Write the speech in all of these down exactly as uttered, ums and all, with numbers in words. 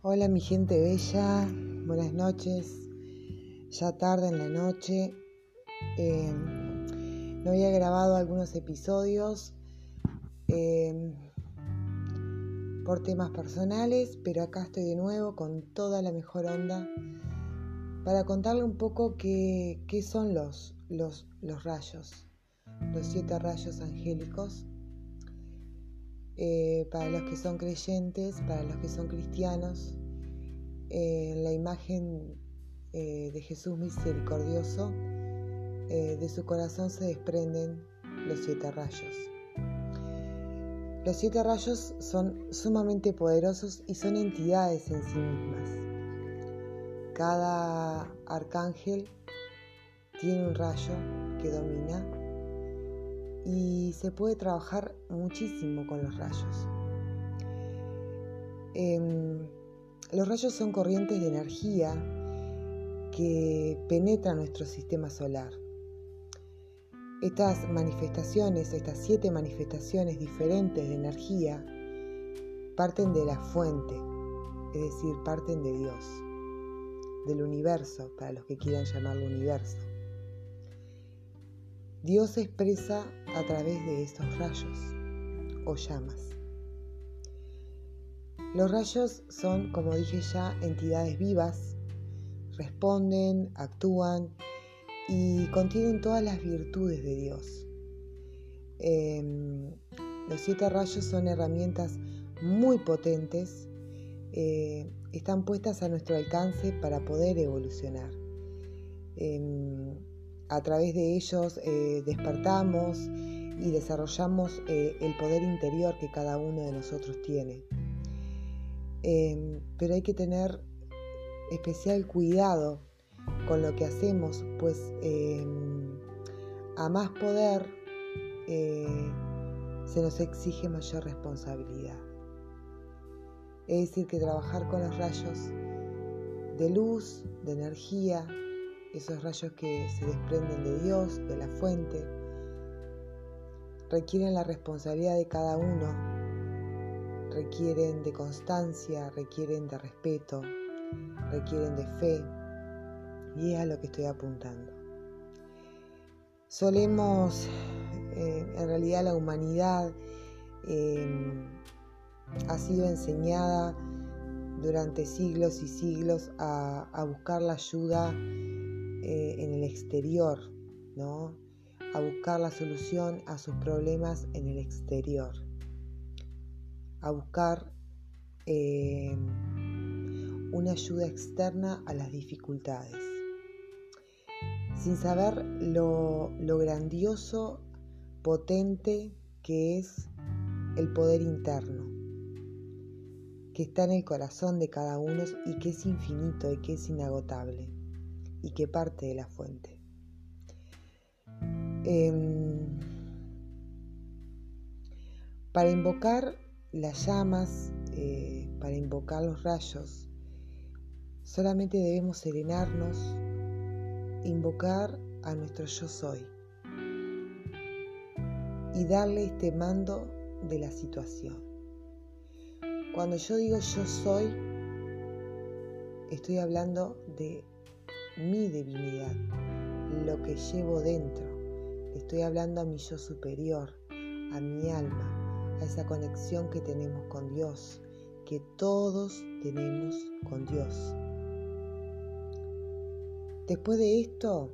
Hola mi gente bella, buenas noches, ya tarde en la noche. Eh, no había grabado algunos episodios eh, por temas personales, pero acá estoy de nuevo con toda la mejor onda para contarle un poco qué, qué son los, los, los rayos, los siete rayos angélicos. Eh, para los que son creyentes, para los que son cristianos, eh, la imagen eh, de Jesús misericordioso, eh, de su corazón se desprenden los siete rayos. Los siete rayos son sumamente poderosos y son entidades en sí mismas. Cada arcángel tiene un rayo que domina y se puede trabajar muchísimo con los rayos. Eh, los rayos son corrientes de energía que penetran nuestro sistema solar. Estas manifestaciones, estas siete manifestaciones diferentes de energía, parten de la fuente, es decir, parten de Dios, del universo, para los que quieran llamarlo universo. Dios se expresa a través de estos rayos o llamas. Los rayos son, como dije ya, entidades vivas, responden, actúan y contienen todas las virtudes de Dios. Eh, los siete rayos son herramientas muy potentes, eh, están puestas a nuestro alcance para poder evolucionar. Eh, A través de ellos eh, despertamos y desarrollamos eh, el poder interior que cada uno de nosotros tiene. Eh, pero hay que tener especial cuidado con lo que hacemos, pues eh, a más poder eh, se nos exige mayor responsabilidad. Es decir, que trabajar con los rayos de luz, de energía, esos rayos que se desprenden de Dios, de la fuente, requieren la responsabilidad de cada uno, requieren de constancia, requieren de respeto, requieren de fe, y es a lo que estoy apuntando. Solemos, eh, en realidad la humanidad eh, ha sido enseñada durante siglos y siglos a, a buscar la ayuda Eh, en el exterior, ¿no? A buscar la solución a sus problemas en el exterior, a buscar eh, una ayuda externa a las dificultades, sin saber lo, lo grandioso, potente que es el poder interno, que está en el corazón de cada uno y que es infinito y que es inagotable, y que parte de la fuente. Eh, para invocar las llamas, eh, para invocar los rayos, solamente debemos serenarnos, invocar a nuestro yo soy y darle este mando de la situación. Cuando yo digo yo soy, estoy hablando de mi divinidad, lo que llevo dentro. Estoy hablando a mi yo superior, a mi alma, a esa conexión que tenemos con Dios, que todos tenemos con Dios. Después de esto,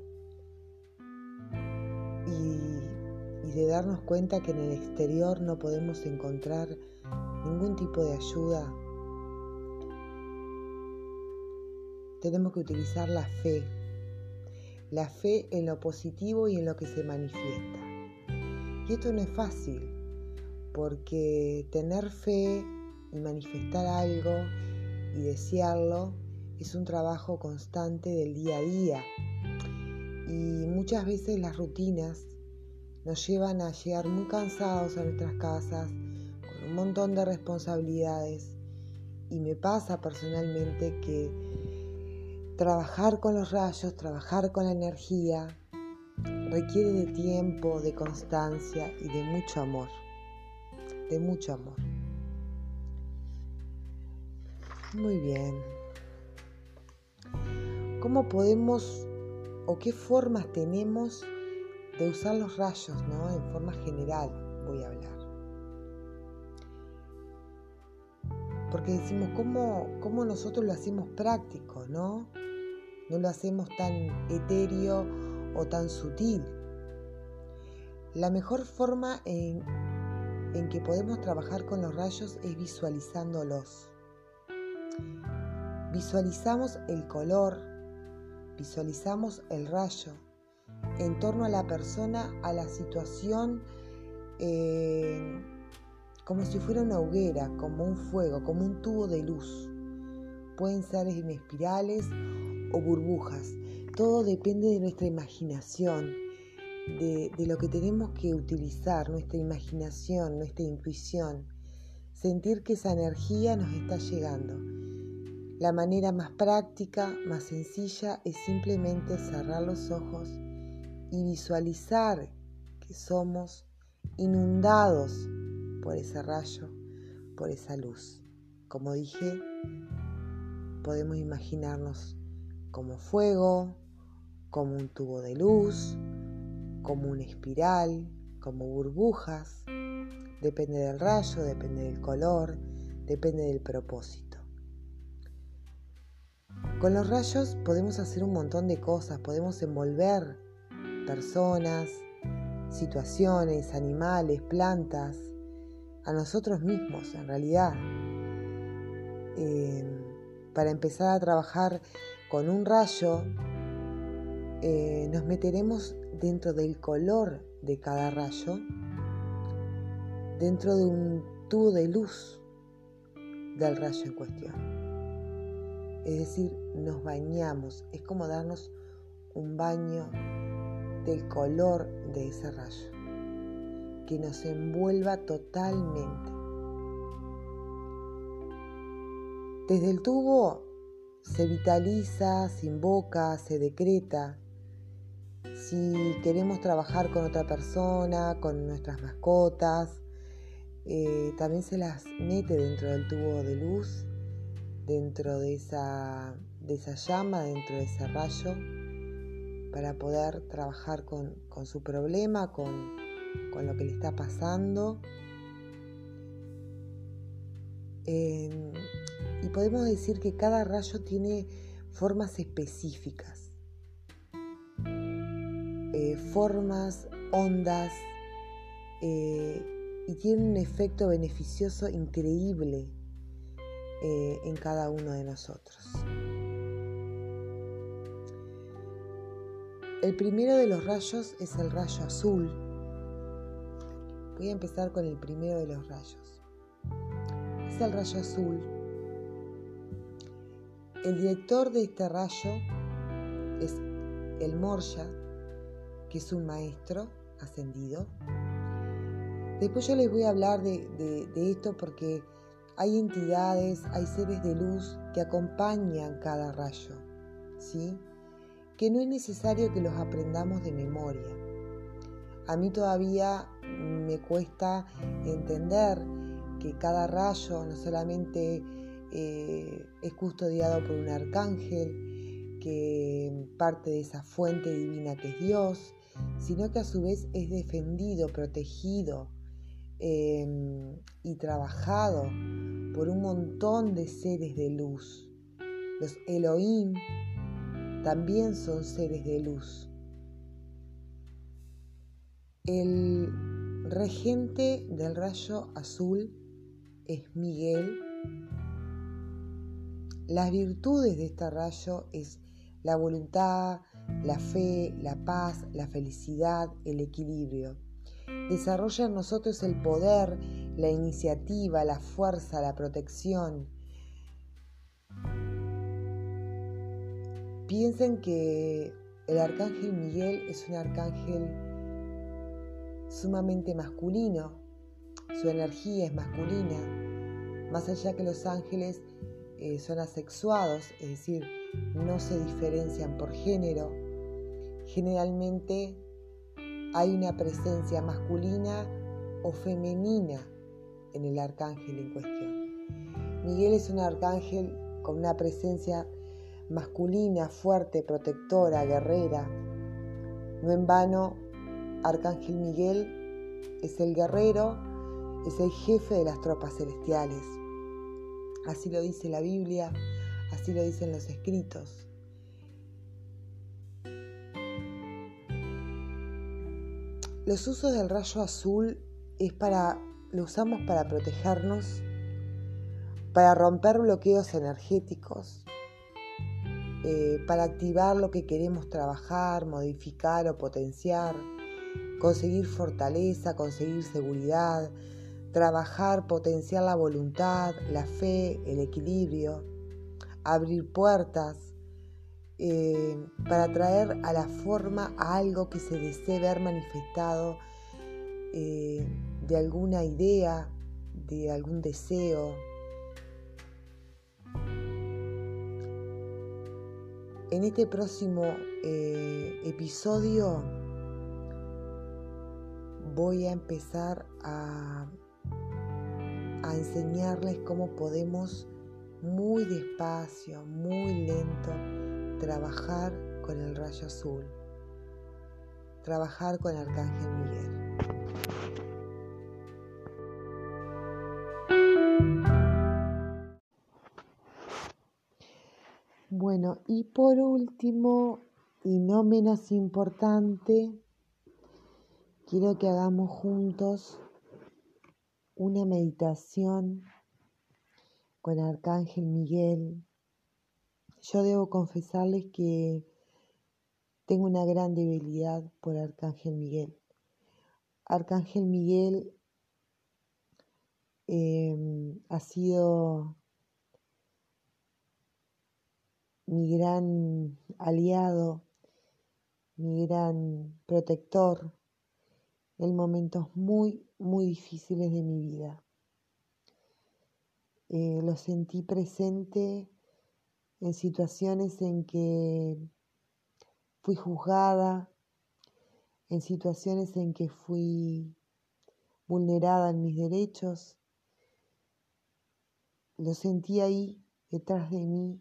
y, y de darnos cuenta que en el exterior no podemos encontrar ningún tipo de ayuda, tenemos que utilizar la fe, la fe en lo positivo y en lo que se manifiesta. Y esto no es fácil, porque tener fe y manifestar algo y desearlo es un trabajo constante del día a día. Y muchas veces las rutinas nos llevan a llegar muy cansados a nuestras casas, con un montón de responsabilidades. Y me pasa personalmente que trabajar con los rayos, trabajar con la energía, requiere de tiempo, de constancia y de mucho amor, de mucho amor. Muy bien. ¿Cómo podemos o qué formas tenemos de usar los rayos, ¿no? En forma general voy a hablar. Porque decimos, ¿cómo, cómo nosotros lo hacemos práctico, ¿no? No lo hacemos tan etéreo o tan sutil. La mejor forma en, en que podemos trabajar con los rayos es visualizándolos. Visualizamos el color, visualizamos el rayo en torno a la persona, a la situación, eh, como si fuera una hoguera, como un fuego, como un tubo de luz. Pueden ser en espirales o burbujas. Todo depende de nuestra imaginación, de, de lo que tenemos que utilizar, nuestra imaginación, nuestra intuición. Sentir que esa energía nos está llegando. La manera más práctica, más sencilla, es simplemente cerrar los ojos y visualizar que somos inundados por ese rayo, por esa luz. Como dije, podemos imaginarnos como fuego, como un tubo de luz, como una espiral, como burbujas. Depende del rayo, depende del color, depende del propósito. Con los rayos podemos hacer un montón de cosas, podemos envolver personas, situaciones, animales, plantas, a nosotros mismos en realidad. Eh, para empezar a trabajar con un rayo, eh, nos meteremos dentro del color de cada rayo, dentro de un tubo de luz del rayo en cuestión. Es decir, nos bañamos, es como darnos un baño del color de ese rayo, que nos envuelva totalmente. Desde el tubo se vitaliza, se invoca, se decreta. Si queremos trabajar con otra persona, con nuestras mascotas, eh, también se las mete dentro del tubo de luz, dentro de esa, de esa llama, dentro de ese rayo, para poder trabajar con, con su problema, con, con lo que le está pasando. Eh, y podemos decir que cada rayo tiene formas específicas, eh, formas, ondas, eh, y tiene un efecto beneficioso increíble eh, en cada uno de nosotros. El primero de los rayos es el rayo azul. Voy a empezar con el primero de los rayos. Es el rayo azul. El director de este rayo es el Moria, que es un maestro ascendido. Después yo les voy a hablar de, de, de esto porque hay entidades, hay seres de luz que acompañan cada rayo, ¿sí? Que no es necesario que los aprendamos de memoria. A mí todavía me cuesta entender que cada rayo no solamente eh, es custodiado por un arcángel, que parte de esa fuente divina que es Dios, sino que a su vez es defendido, protegido eh, y trabajado por un montón de seres de luz. Los Elohim también son seres de luz. El regente del rayo azul es Miguel. Las virtudes de este rayo es la voluntad, la fe, la paz, la felicidad, el equilibrio. Desarrolla en nosotros el poder, la iniciativa, la fuerza, la protección. Piensen que el arcángel Miguel es un arcángel sumamente masculino, su energía es masculina, más allá que los ángeles eh, son asexuados, es decir, no se diferencian por género. Generalmente hay una presencia masculina o femenina en el arcángel en cuestión. Miguel es un arcángel con una presencia masculina, fuerte, protectora, guerrera. No en vano, Arcángel Miguel es el guerrero, es el jefe de las tropas celestiales. Así lo dice la Biblia, así lo dicen los escritos. Los usos del rayo azul es para, lo usamos para protegernos, para romper bloqueos energéticos, eh, para activar lo que queremos trabajar, modificar o potenciar, conseguir fortaleza, conseguir seguridad, trabajar, potenciar la voluntad, la fe, el equilibrio, abrir puertas, eh, para traer a la forma a algo que se desee ver manifestado, eh, de alguna idea, de algún deseo. En este próximo eh, episodio voy a empezar a, a enseñarles cómo podemos muy despacio, muy lento, trabajar con el rayo azul, trabajar con Arcángel Miguel. Bueno, y por último, y no menos importante, quiero que hagamos juntos una meditación con Arcángel Miguel. Yo debo confesarles que tengo una gran debilidad por Arcángel Miguel. Arcángel Miguel eh, ha sido mi gran aliado, mi gran protector en momentos muy, muy difíciles de mi vida. Eh, lo sentí presente en situaciones en que fui juzgada, en situaciones en que fui vulnerada en mis derechos. Lo sentí ahí, detrás de mí,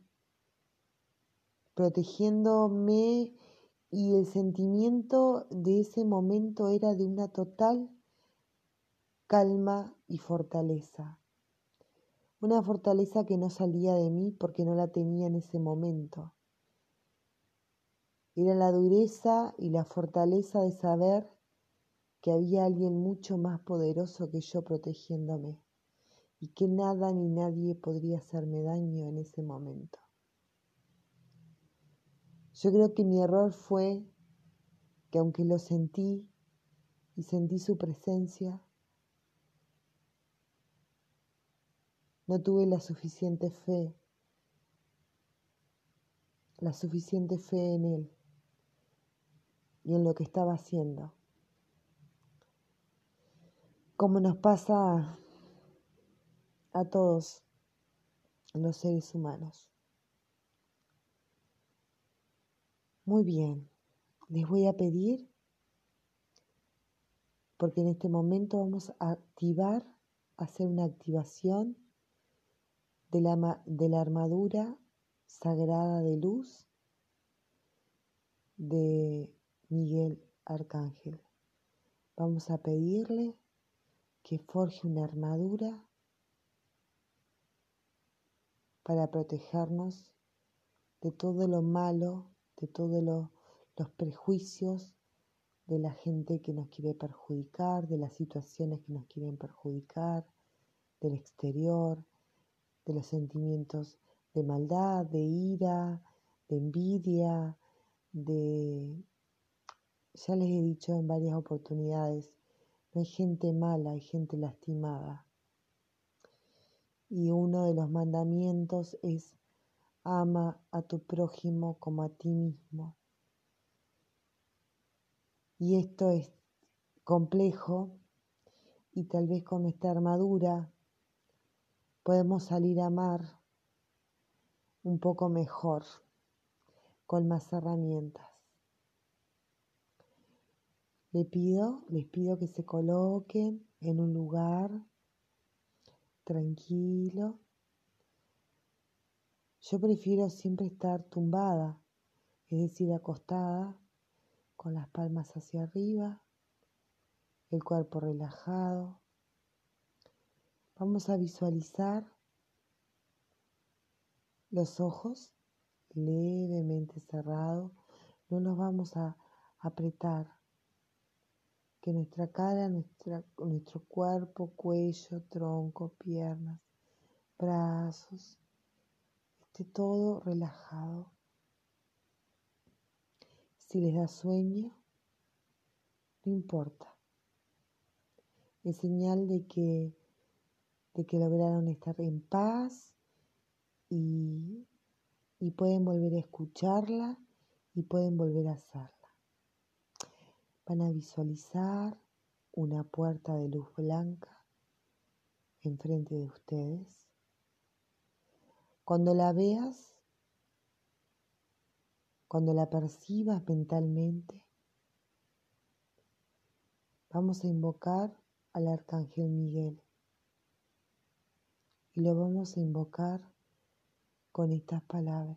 protegiéndome, y el sentimiento de ese momento era de una total calma y fortaleza. Una fortaleza que no salía de mí porque no la tenía en ese momento. Era la dureza y la fortaleza de saber que había alguien mucho más poderoso que yo protegiéndome y que nada ni nadie podría hacerme daño en ese momento. Yo creo que mi error fue que aunque lo sentí y sentí su presencia, no tuve la suficiente fe, la suficiente fe en él y en lo que estaba haciendo. Como nos pasa a todos los seres humanos. Muy bien, les voy a pedir, porque en este momento vamos a activar, hacer una activación de la, de la armadura sagrada de luz de Miguel Arcángel. Vamos a pedirle que forje una armadura para protegernos de todo lo malo, de todos lo, los prejuicios de la gente que nos quiere perjudicar, de las situaciones que nos quieren perjudicar, del exterior, de los sentimientos de maldad, de ira, de envidia, de... Ya les he dicho en varias oportunidades, no hay gente mala, hay gente lastimada. Y uno de los mandamientos es: ama a tu prójimo como a ti mismo. Y esto es complejo, y tal vez con nuestra armadura podemos salir a amar un poco mejor, con más herramientas. Les pido, les pido que se coloquen en un lugar tranquilo. Yo prefiero siempre estar tumbada, es decir, acostada, con las palmas hacia arriba, el cuerpo relajado. Vamos a visualizar los ojos levemente cerrados, no los vamos a apretar, que nuestra cara, nuestra, nuestro cuerpo, cuello, tronco, piernas, brazos, esté todo relajado. Si les da sueño, no importa. Es señal de que, de que lograron estar en paz y, y pueden volver a escucharla y pueden volver a hacerla. Van a visualizar una puerta de luz blanca enfrente de ustedes. Cuando la veas, cuando la percibas mentalmente, vamos a invocar al Arcángel Miguel y lo vamos a invocar con estas palabras.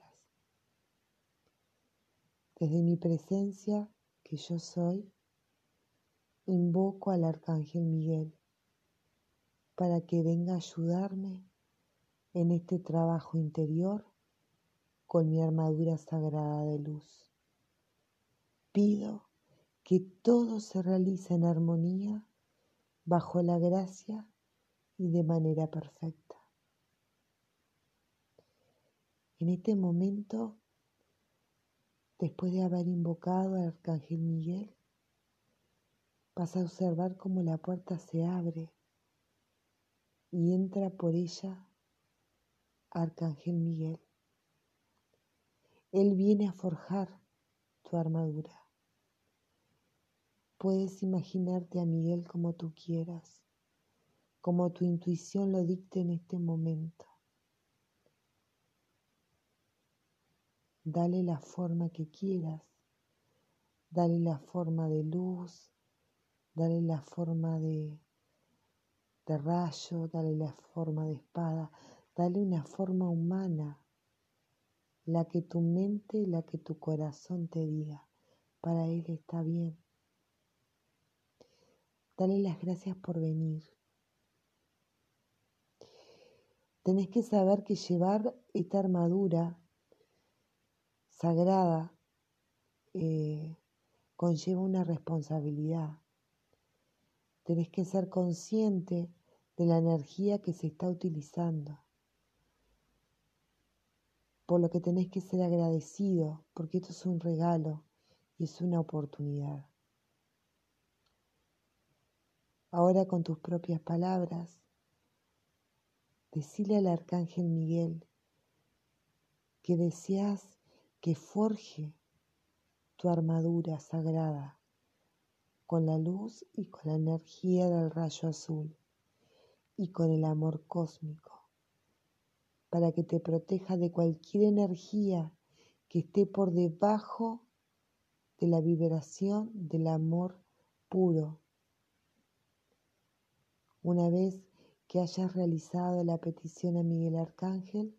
Desde mi presencia, que yo soy, invoco al Arcángel Miguel para que venga a ayudarme en este trabajo interior con mi armadura sagrada de luz. Pido que todo se realice en armonía, bajo la gracia y de manera perfecta. En este momento, después de haber invocado al Arcángel Miguel, vas a observar cómo la puerta se abre y entra por ella Arcángel Miguel. Él viene a forjar tu armadura. Puedes imaginarte a Miguel como tú quieras, como tu intuición lo dicte en este momento. Dale la forma que quieras, dale la forma de luz, dale la forma de, de rayo, dale la forma de espada, dale una forma humana, la que tu mente, la que tu corazón te diga. Para él está bien. Dale las gracias por venir. Tenés que saber que llevar esta armadura sagrada eh, conlleva una responsabilidad. Tenés que ser consciente de la energía que se está utilizando, por lo que tenés que ser agradecido, porque esto es un regalo y es una oportunidad. Ahora, con tus propias palabras, decile al Arcángel Miguel que deseas que forje tu armadura sagrada con la luz y con la energía del rayo azul y con el amor cósmico, para que te proteja de cualquier energía que esté por debajo de la vibración del amor puro. Una vez que hayas realizado la petición a Miguel Arcángel,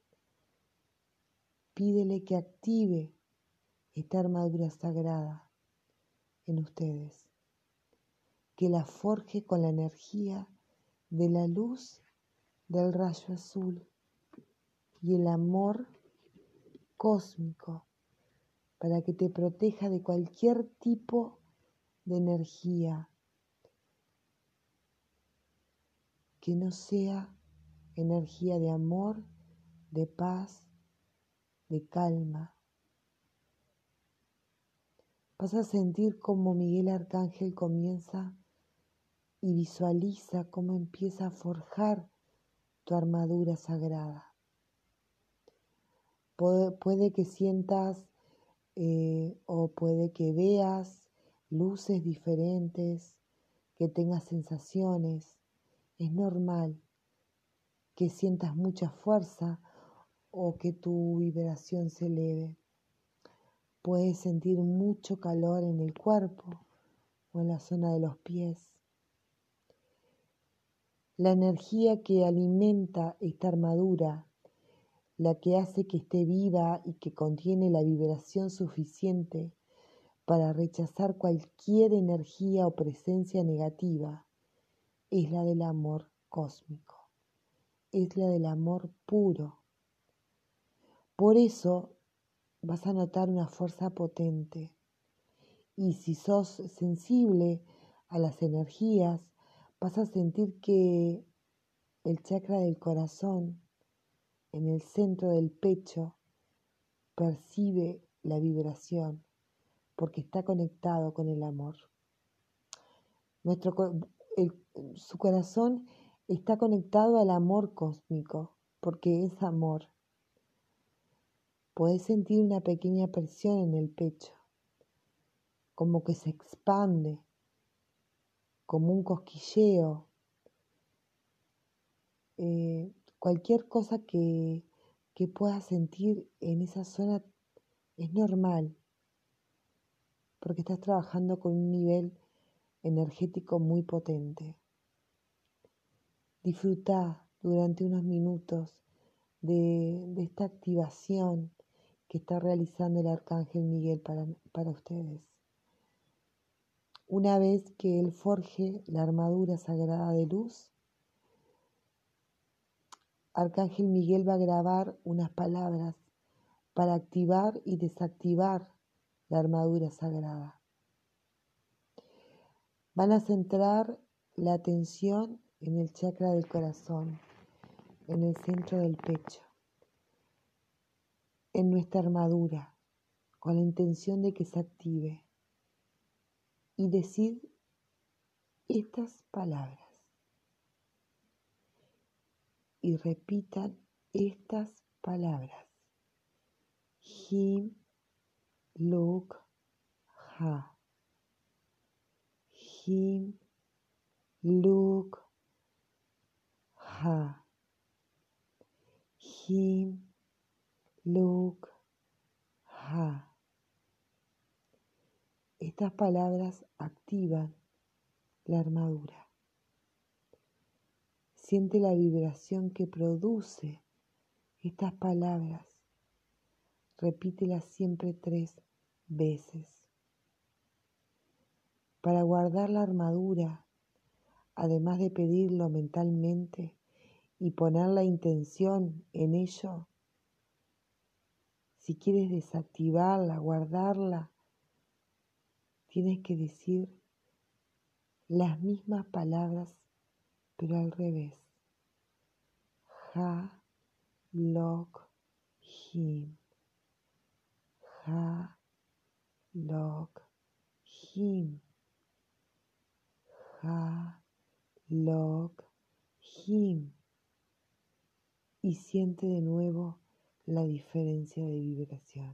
pídele que active esta armadura sagrada en ustedes, que la forje con la energía de la luz del rayo azul y el amor cósmico, para que te proteja de cualquier tipo de energía que no sea energía de amor, de paz, de calma. Vas a sentir cómo Miguel Arcángel comienza y visualiza cómo empieza a forjar tu armadura sagrada. Puede, puede que sientas eh, o puede que veas luces diferentes, que tengas sensaciones. Es normal que sientas mucha fuerza o que tu vibración se eleve. Puedes sentir mucho calor en el cuerpo o en la zona de los pies. La energía que alimenta esta armadura la que hace que esté viva y que contiene la vibración suficiente para rechazar cualquier energía o presencia negativa, es la del amor cósmico, es la del amor puro. Por eso vas a notar una fuerza potente. Y si sos sensible a las energías, vas a sentir que el chakra del corazón, en el centro del pecho, percibe la vibración porque está conectado con el amor. Nuestro, el, su corazón está conectado al amor cósmico porque es amor. Podés sentir una pequeña presión en el pecho, como que se expande, como un cosquilleo. Eh, cualquier cosa que, que puedas sentir en esa zona es normal, porque estás trabajando con un nivel energético muy potente. Disfruta durante unos minutos de, de esta activación que está realizando el Arcángel Miguel para, para ustedes. Una vez que él forje la armadura sagrada de luz, Arcángel Miguel va a grabar unas palabras para activar y desactivar la armadura sagrada. Van a centrar la atención en el chakra del corazón, en el centro del pecho, en nuestra armadura, con la intención de que se active y decir estas palabras y repitan estas palabras. Him, Luk, Ha. Him, Luk, Ha. Him, Luk, Ha. Estas palabras activan la armadura. Siente la vibración que produce estas palabras. Repítelas siempre tres veces. Para guardar la armadura, además de pedirlo mentalmente y poner la intención en ello, si quieres desactivarla, guardarla, tienes que decir las mismas palabras, pero al revés. Ha, Lok, Him. Ha, Lok, Him. Ha, Lok, Him. Y siente de nuevo la diferencia de vibración.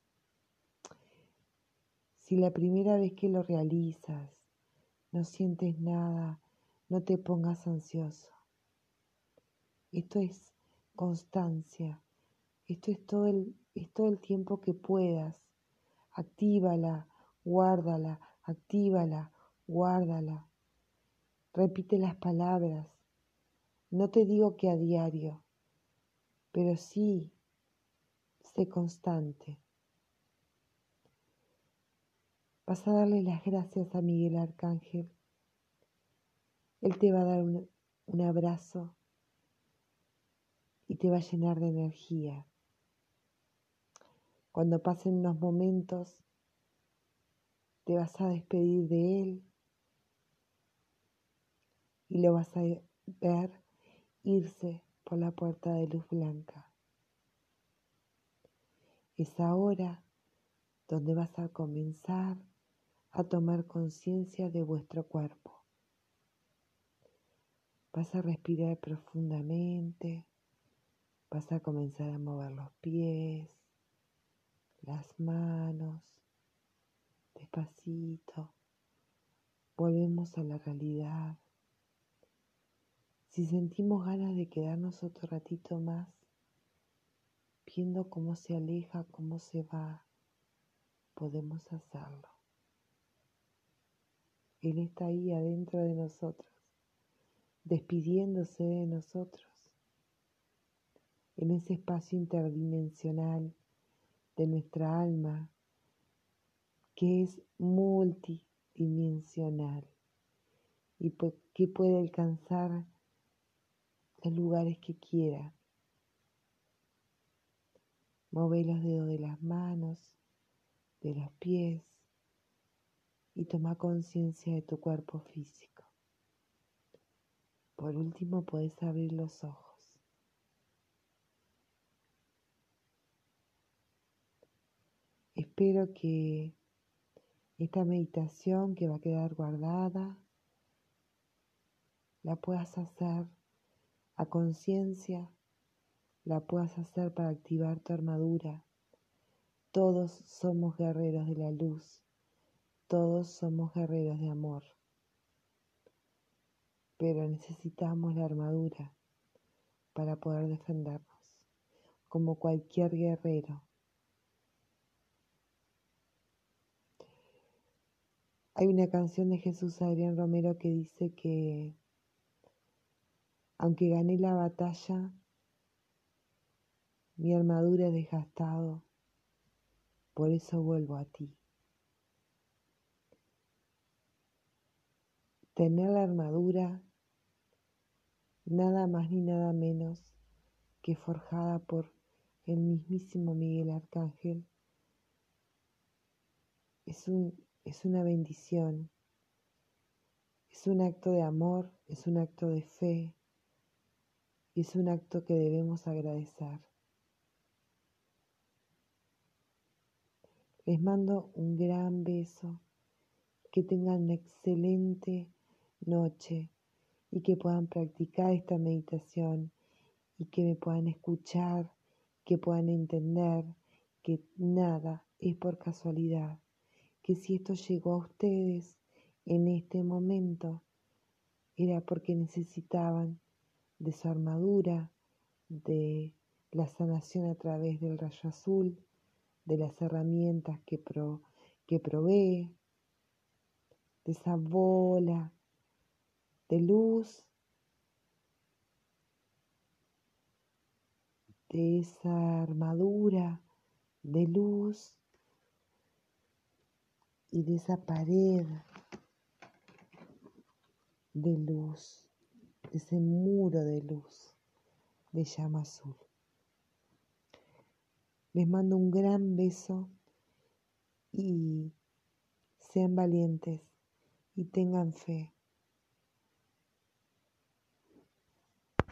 Si la primera vez que lo realizas no sientes nada, no te pongas ansioso. Esto es constancia. Esto es todo el, es todo el tiempo que puedas. Actívala, guárdala, actívala, guárdala. Repite las palabras. No te digo que a diario, pero sí, sé constante. Vas a darle las gracias a Miguel Arcángel. Él te va a dar un, un abrazo y te va a llenar de energía. Cuando pasen unos momentos, te vas a despedir de él y lo vas a ver irse por la puerta de luz blanca. Es ahora donde vas a comenzar a tomar conciencia de vuestro cuerpo. Vas a respirar profundamente, vas a comenzar a mover los pies, las manos, despacito. Volvemos a la realidad. Si sentimos ganas de quedarnos otro ratito más, viendo cómo se aleja, cómo se va, podemos hacerlo. Él está ahí adentro de nosotros, despidiéndose de nosotros. en ese espacio interdimensional de nuestra alma, que es multidimensional y que puede alcanzar los lugares que quiera. Mueve los dedos de las manos, de los pies y toma conciencia de tu cuerpo físico. Por último, puedes abrir los ojos. Espero que esta meditación que va a quedar guardada la puedas hacer a conciencia, la puedas hacer para activar tu armadura. Todos somos guerreros de la luz, todos somos guerreros de amor, pero necesitamos la armadura para poder defendernos, como cualquier guerrero. Hay una canción de Jesús Adrián Romero que dice que aunque gané la batalla, mi armadura es desgastado, por eso vuelvo a ti. Tener la armadura, nada más ni nada menos que forjada por el mismísimo Miguel Arcángel, es, un, es una bendición, es un acto de amor, es un acto de fe y es un acto que debemos agradecer. Les mando un gran beso, que tengan una excelente noche y que puedan practicar esta meditación y que me puedan escuchar, que puedan entender que nada es por casualidad, que si esto llegó a ustedes en este momento era porque necesitaban de su armadura, de la sanación a través del rayo azul, de las herramientas que, pro, que provee, de esa bola de luz, de esa armadura de luz y de esa pared de luz, de ese muro de luz de llama azul. Les mando un gran beso y sean valientes y tengan fe.